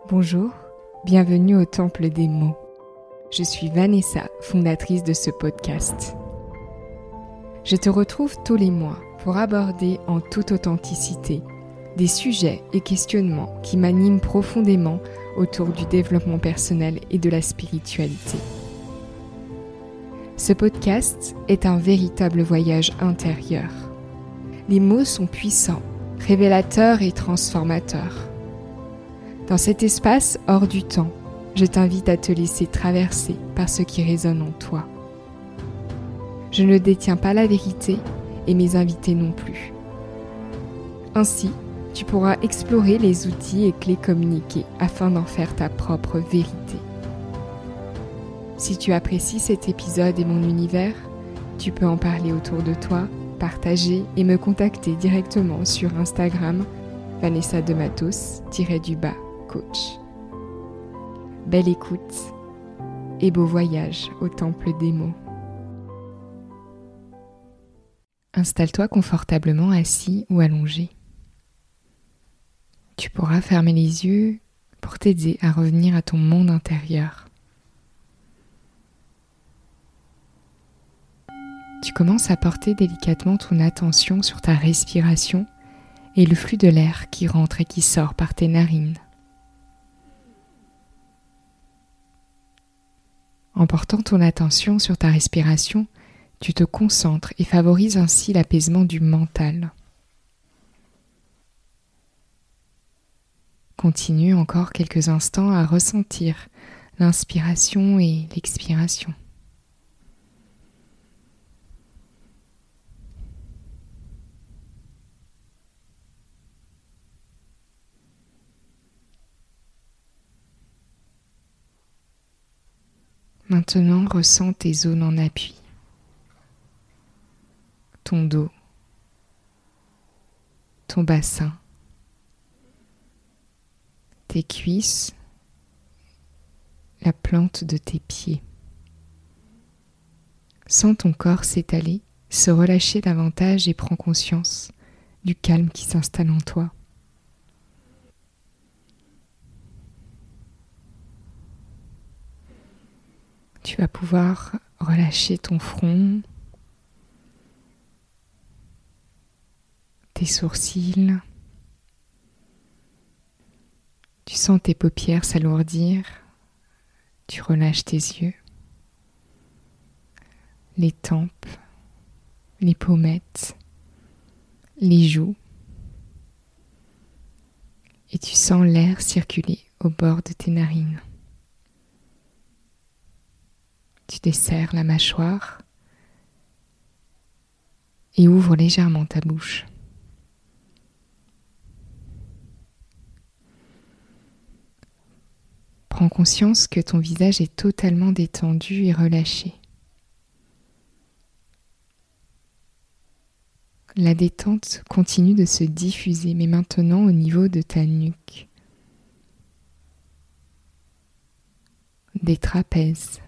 Bonjour, bienvenue au Temple des mots. Je suis Vanessa, fondatrice de ce podcast. Je te retrouve tous les mois pour aborder en toute authenticité des sujets et questionnements qui m'animent profondément autour du développement personnel et de la spiritualité. Ce podcast est un véritable voyage intérieur. Les mots sont puissants, révélateurs et transformateurs. Dans cet espace hors du temps, je t'invite à te laisser traverser par ce qui résonne en toi. Je ne détiens pas la vérité et mes invités non plus. Ainsi, tu pourras explorer les outils et clés communiqués afin d'en faire ta propre vérité. Si tu apprécies cet épisode et mon univers, tu peux en parler autour de toi, partager et me contacter directement sur Instagram vanessa_dematos_coach. Belle écoute et beau voyage au temple des mots. Installe-toi confortablement assis ou allongé. Tu pourras fermer les yeux pour t'aider à revenir à ton monde intérieur. Tu commences à porter délicatement ton attention sur ta respiration et le flux de l'air qui rentre et qui sort par tes narines. En portant ton attention sur ta respiration, tu te concentres et favorises ainsi l'apaisement du mental. Continue encore quelques instants à ressentir l'inspiration et l'expiration. Maintenant, ressens tes zones en appui, ton dos, ton bassin, tes cuisses, la plante de tes pieds. Sens ton corps s'étaler, se relâcher davantage et prends conscience du calme qui s'installe en toi. Tu vas pouvoir relâcher ton front, tes sourcils. Tu sens tes paupières s'alourdir. Tu relâches tes yeux, les tempes, les pommettes, les joues. Et tu sens l'air circuler au bord de tes narines. Tu desserres la mâchoire et ouvres légèrement ta bouche. Prends conscience que ton visage est totalement détendu et relâché. La détente continue de se diffuser, mais maintenant au niveau de ta nuque, des trapèzes.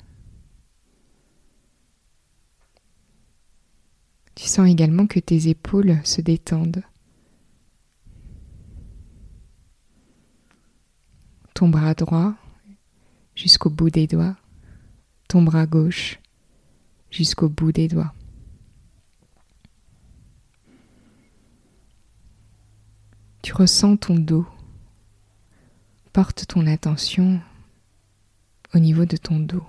Tu sens également que tes épaules se détendent. Ton bras droit jusqu'au bout des doigts, ton bras gauche jusqu'au bout des doigts. Tu ressens ton dos. Porte ton attention au niveau de ton dos.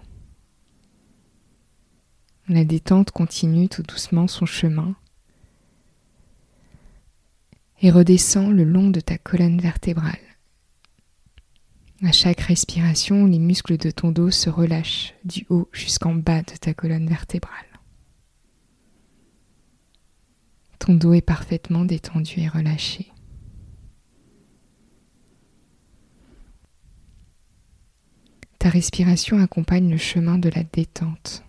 La détente continue tout doucement son chemin et redescend le long de ta colonne vertébrale. À chaque respiration, les muscles de ton dos se relâchent du haut jusqu'en bas de ta colonne vertébrale. Ton dos est parfaitement détendu et relâché. Ta respiration accompagne le chemin de la détente.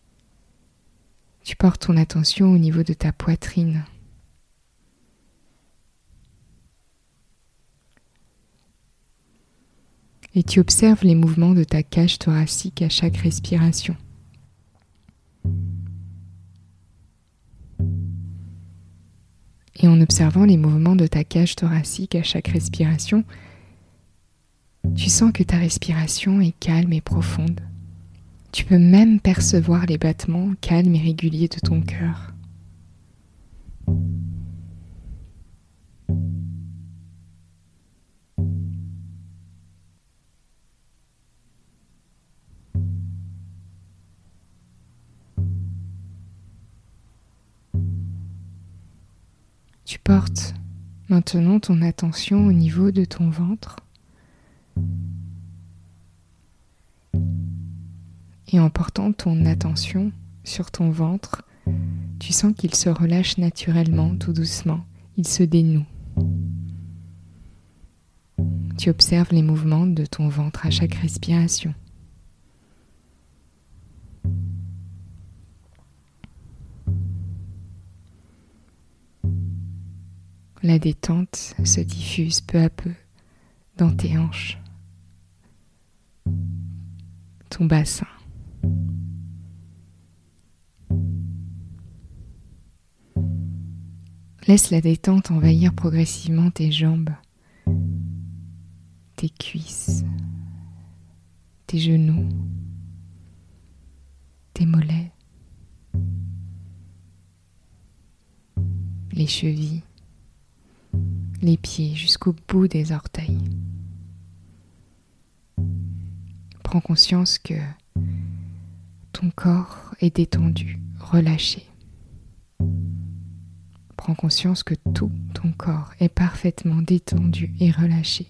Tu portes ton attention au niveau de ta poitrine. Et tu observes les mouvements de ta cage thoracique à chaque respiration. Et en observant les mouvements de ta cage thoracique à chaque respiration, Tu sens que ta respiration est calme et profonde. Tu peux même percevoir les battements calmes et réguliers de ton cœur. Tu portes maintenant ton attention au niveau de ton ventre et en portant ton attention sur ton ventre, tu sens qu'il se relâche naturellement, tout doucement, il se dénoue. Tu observes les mouvements de ton ventre à chaque respiration. La détente se diffuse peu à peu dans tes hanches, ton bassin. Laisse la détente envahir progressivement tes jambes, tes cuisses, tes genoux, tes mollets, les chevilles, les pieds jusqu'au bout des orteils. Prends conscience que ton corps est détendu, relâché. Prends conscience que tout ton corps est parfaitement détendu et relâché.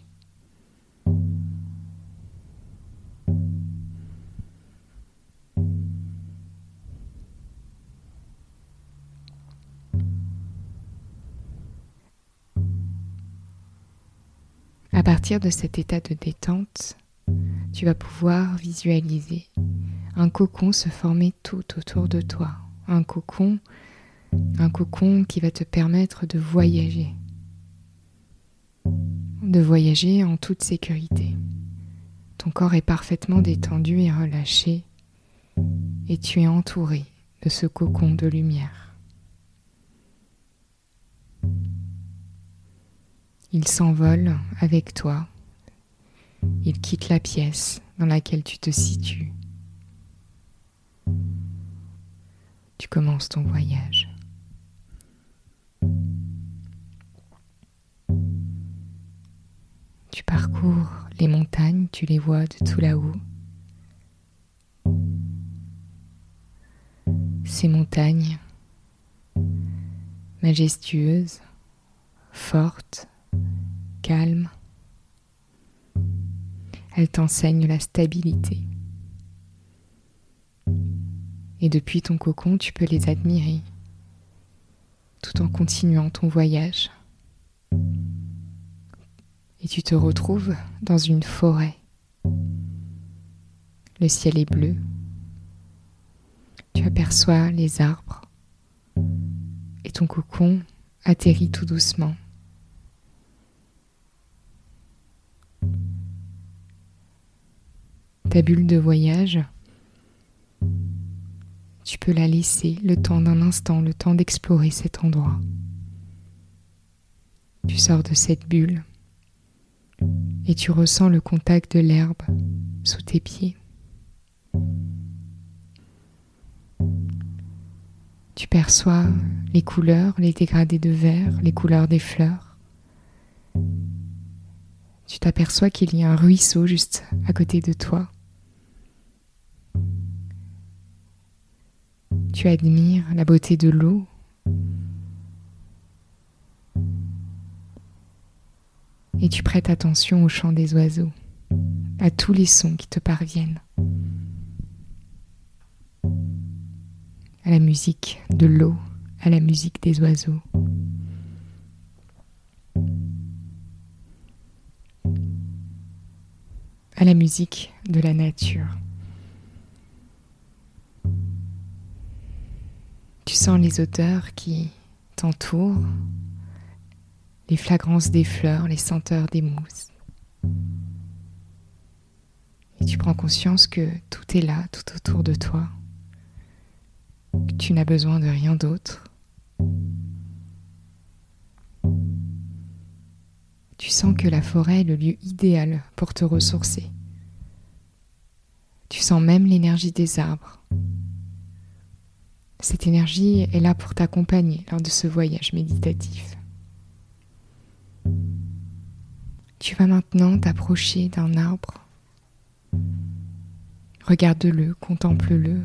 À partir de cet état de détente, tu vas pouvoir visualiser un cocon se former tout autour de toi. Un cocon qui va te permettre de voyager en toute sécurité. Ton corps est parfaitement détendu et relâché et tu es entouré de ce cocon de lumière. Il s'envole avec toi. Il quitte la pièce dans laquelle tu te situes. Tu commences ton voyage. Tu parcours les montagnes, tu les vois de tout là-haut. Ces montagnes majestueuses, fortes, calmes, elles t'enseignent la stabilité. Et depuis ton cocon, tu peux les admirer, tout en continuant ton voyage. Et tu te retrouves dans une forêt. Le ciel est bleu. Tu aperçois les arbres. Et ton cocon atterrit tout doucement. Ta bulle de voyage, tu peux la laisser le temps d'un instant, le temps d'explorer cet endroit. Tu sors de cette bulle et tu ressens le contact de l'herbe sous tes pieds. Tu perçois les couleurs, les dégradés de vert, les couleurs des fleurs. Tu t'aperçois qu'il y a un ruisseau juste à côté de toi. Tu admires la beauté de l'eau. Et tu prêtes attention au chant des oiseaux, à tous les sons qui te parviennent, à la musique de l'eau, à la musique des oiseaux. À la musique de la nature. Tu sens les odeurs qui t'entourent, les fragrances des fleurs, les senteurs des mousses. Et tu prends conscience que tout est là, tout autour de toi, que tu n'as besoin de rien d'autre. Tu sens que la forêt est le lieu idéal pour te ressourcer. Tu sens même l'énergie des arbres. Cette énergie est là pour t'accompagner lors de ce voyage méditatif. Tu vas maintenant t'approcher d'un arbre. Regarde-le, contemple-le.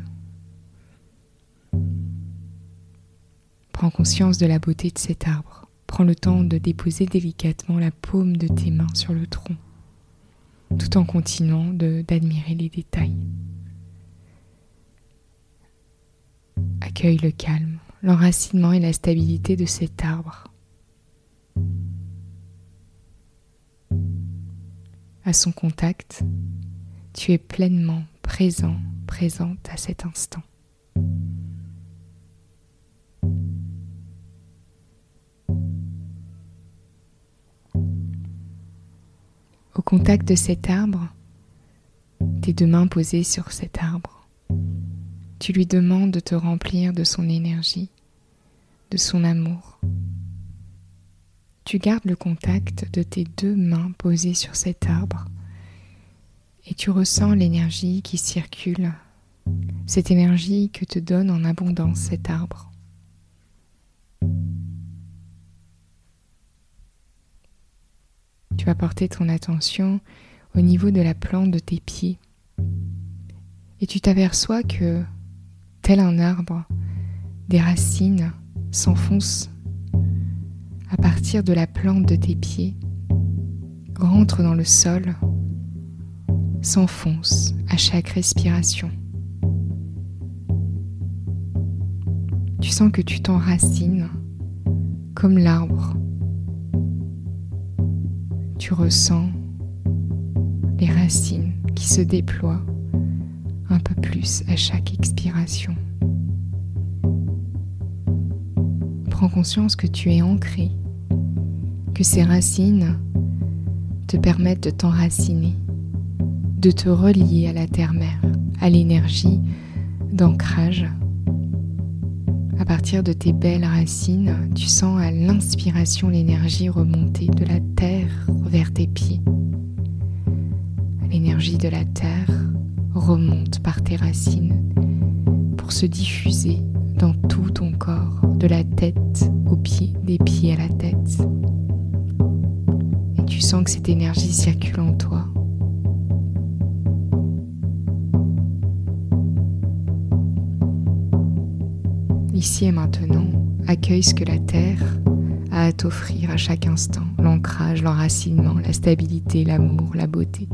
Prends conscience de la beauté de cet arbre. Prends le temps de déposer délicatement la paume de tes mains sur le tronc, tout en continuant d'admirer les détails. Accueille le calme, l'enracinement et la stabilité de cet arbre. À son contact, tu es pleinement présent, présente à cet instant. Au contact de cet arbre, tes deux mains posées sur cet arbre, tu lui demandes de te remplir de son énergie, de son amour. Tu gardes le contact de tes deux mains posées sur cet arbre et tu ressens l'énergie qui circule, cette énergie que te donne en abondance cet arbre. Tu vas porter ton attention au niveau de la plante de tes pieds et tu t'aperçois que, tel un arbre, des racines s'enfoncent à partir de la plante de tes pieds, rentrent dans le sol, s'enfoncent à chaque respiration. Tu sens que tu t'enracines comme l'arbre. Tu ressens les racines qui se déploient un peu plus à chaque expiration. Prends conscience que tu es ancré, que ces racines te permettent de t'enraciner, de te relier à la terre-mère, à l'énergie d'ancrage. À partir de tes belles racines, tu sens à l'inspiration l'énergie remonter de la terre vers tes pieds. L'énergie de la terre remonte par tes racines pour se diffuser dans tout ton corps, de la tête aux pieds, des pieds à la tête. Et tu sens que cette énergie circule en toi. Ici et maintenant, accueille ce que la terre a à t'offrir à chaque instant, l'ancrage, l'enracinement, la stabilité, l'amour, la beauté.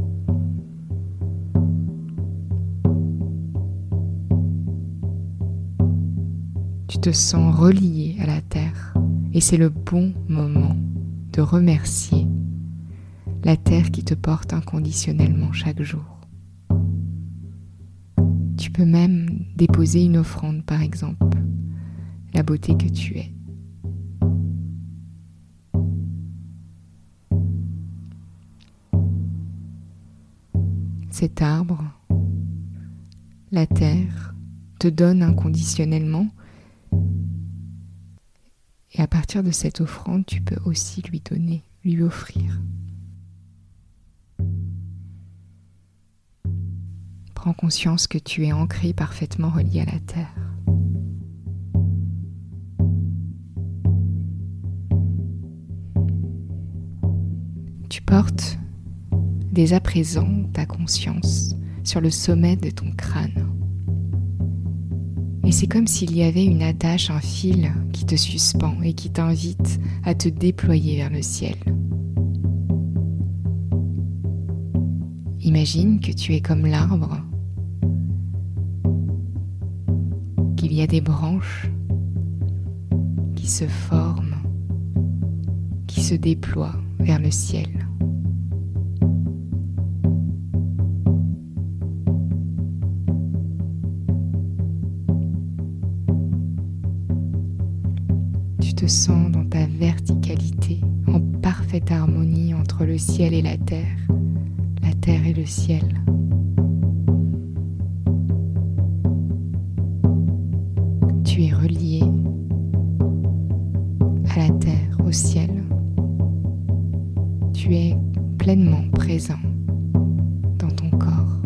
Tu te sens relié à la terre et c'est le bon moment de remercier la terre qui te porte inconditionnellement chaque jour. Tu peux même déposer une offrande, par exemple, la beauté que tu es. Cet arbre, la terre, te donne inconditionnellement. Et à partir de cette offrande, tu peux aussi lui donner, lui offrir. Prends conscience que tu es ancré parfaitement relié à la terre. Tu portes dès à présent ta conscience sur le sommet de ton crâne. Et c'est comme s'il y avait une attache, un fil qui te suspend et qui t'invite à te déployer vers le ciel. Imagine que tu es comme l'arbre, qu'il y a des branches qui se forment, qui se déploient vers le ciel. Tu te sens dans ta verticalité, en parfaite harmonie entre le ciel et la terre et le ciel. Tu es relié à la terre, au ciel. tu es pleinement présent dans ton corps.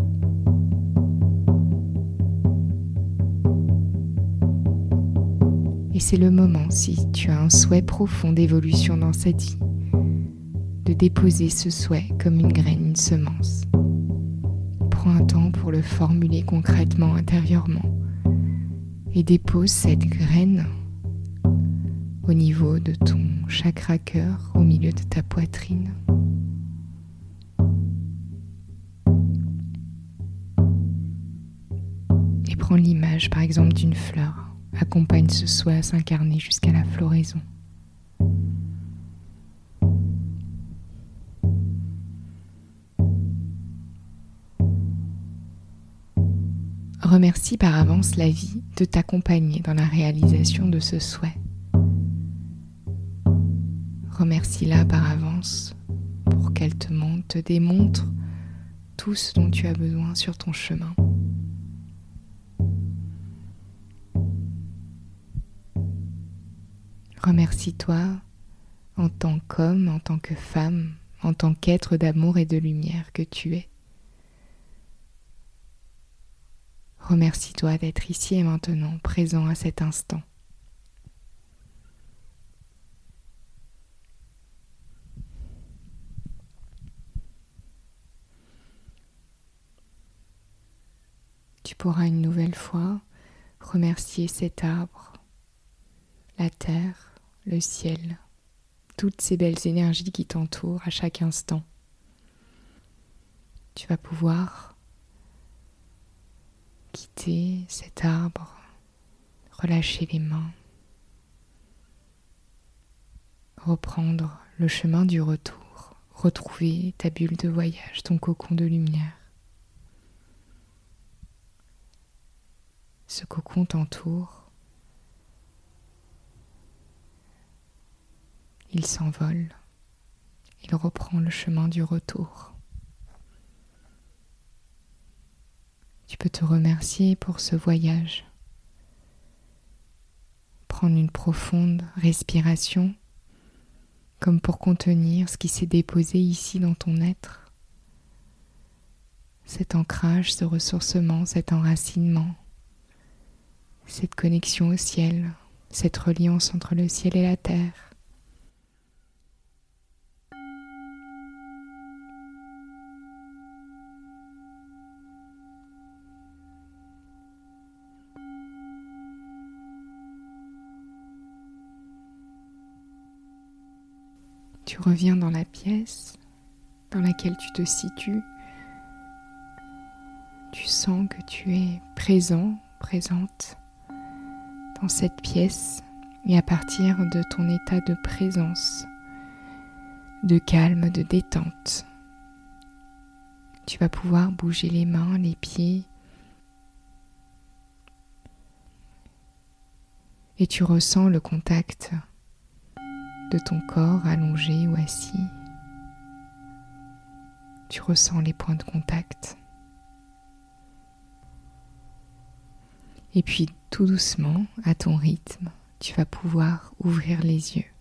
Et c'est le moment, si tu as un souhait profond d'évolution dans cette vie, de déposer ce souhait comme une graine, une semence. Prends un temps pour le formuler concrètement intérieurement et dépose cette graine au niveau de ton chakra cœur, au milieu de ta poitrine. Et prends l'image par exemple d'une fleur. Accompagne ce souhait à s'incarner jusqu'à la floraison. Remercie par avance la vie de t'accompagner dans la réalisation de ce souhait. Remercie-la par avance pour qu'elle te démontre tout ce dont tu as besoin sur ton chemin. Remercie-toi en tant qu'homme, en tant que femme, en tant qu'être d'amour et de lumière que tu es. Remercie-toi d'être ici et maintenant, présent à cet instant. Tu pourras une nouvelle fois remercier cet arbre, la terre, le ciel, toutes ces belles énergies qui t'entourent à chaque instant. Tu vas pouvoir quitter cet arbre, relâcher les mains, reprendre le chemin du retour, retrouver ta bulle de voyage, ton cocon de lumière. Ce cocon t'entoure, il s'envole, il reprend le chemin du retour. Tu peux te remercier pour ce voyage. Prendre une profonde respiration, comme pour contenir ce qui s'est déposé ici dans ton être. Cet ancrage, ce ressourcement, cet enracinement, cette connexion au ciel, cette reliance entre le ciel et la terre. Tu reviens dans la pièce dans laquelle tu te situes. Tu sens que tu es présent, présente dans cette pièce et à partir de ton état de présence, de calme, de détente, tu vas pouvoir bouger les mains, les pieds et tu ressens le contact de ton corps allongé ou assis. Tu ressens les points de contact. Et puis tout doucement, à ton rythme, tu vas pouvoir ouvrir les yeux.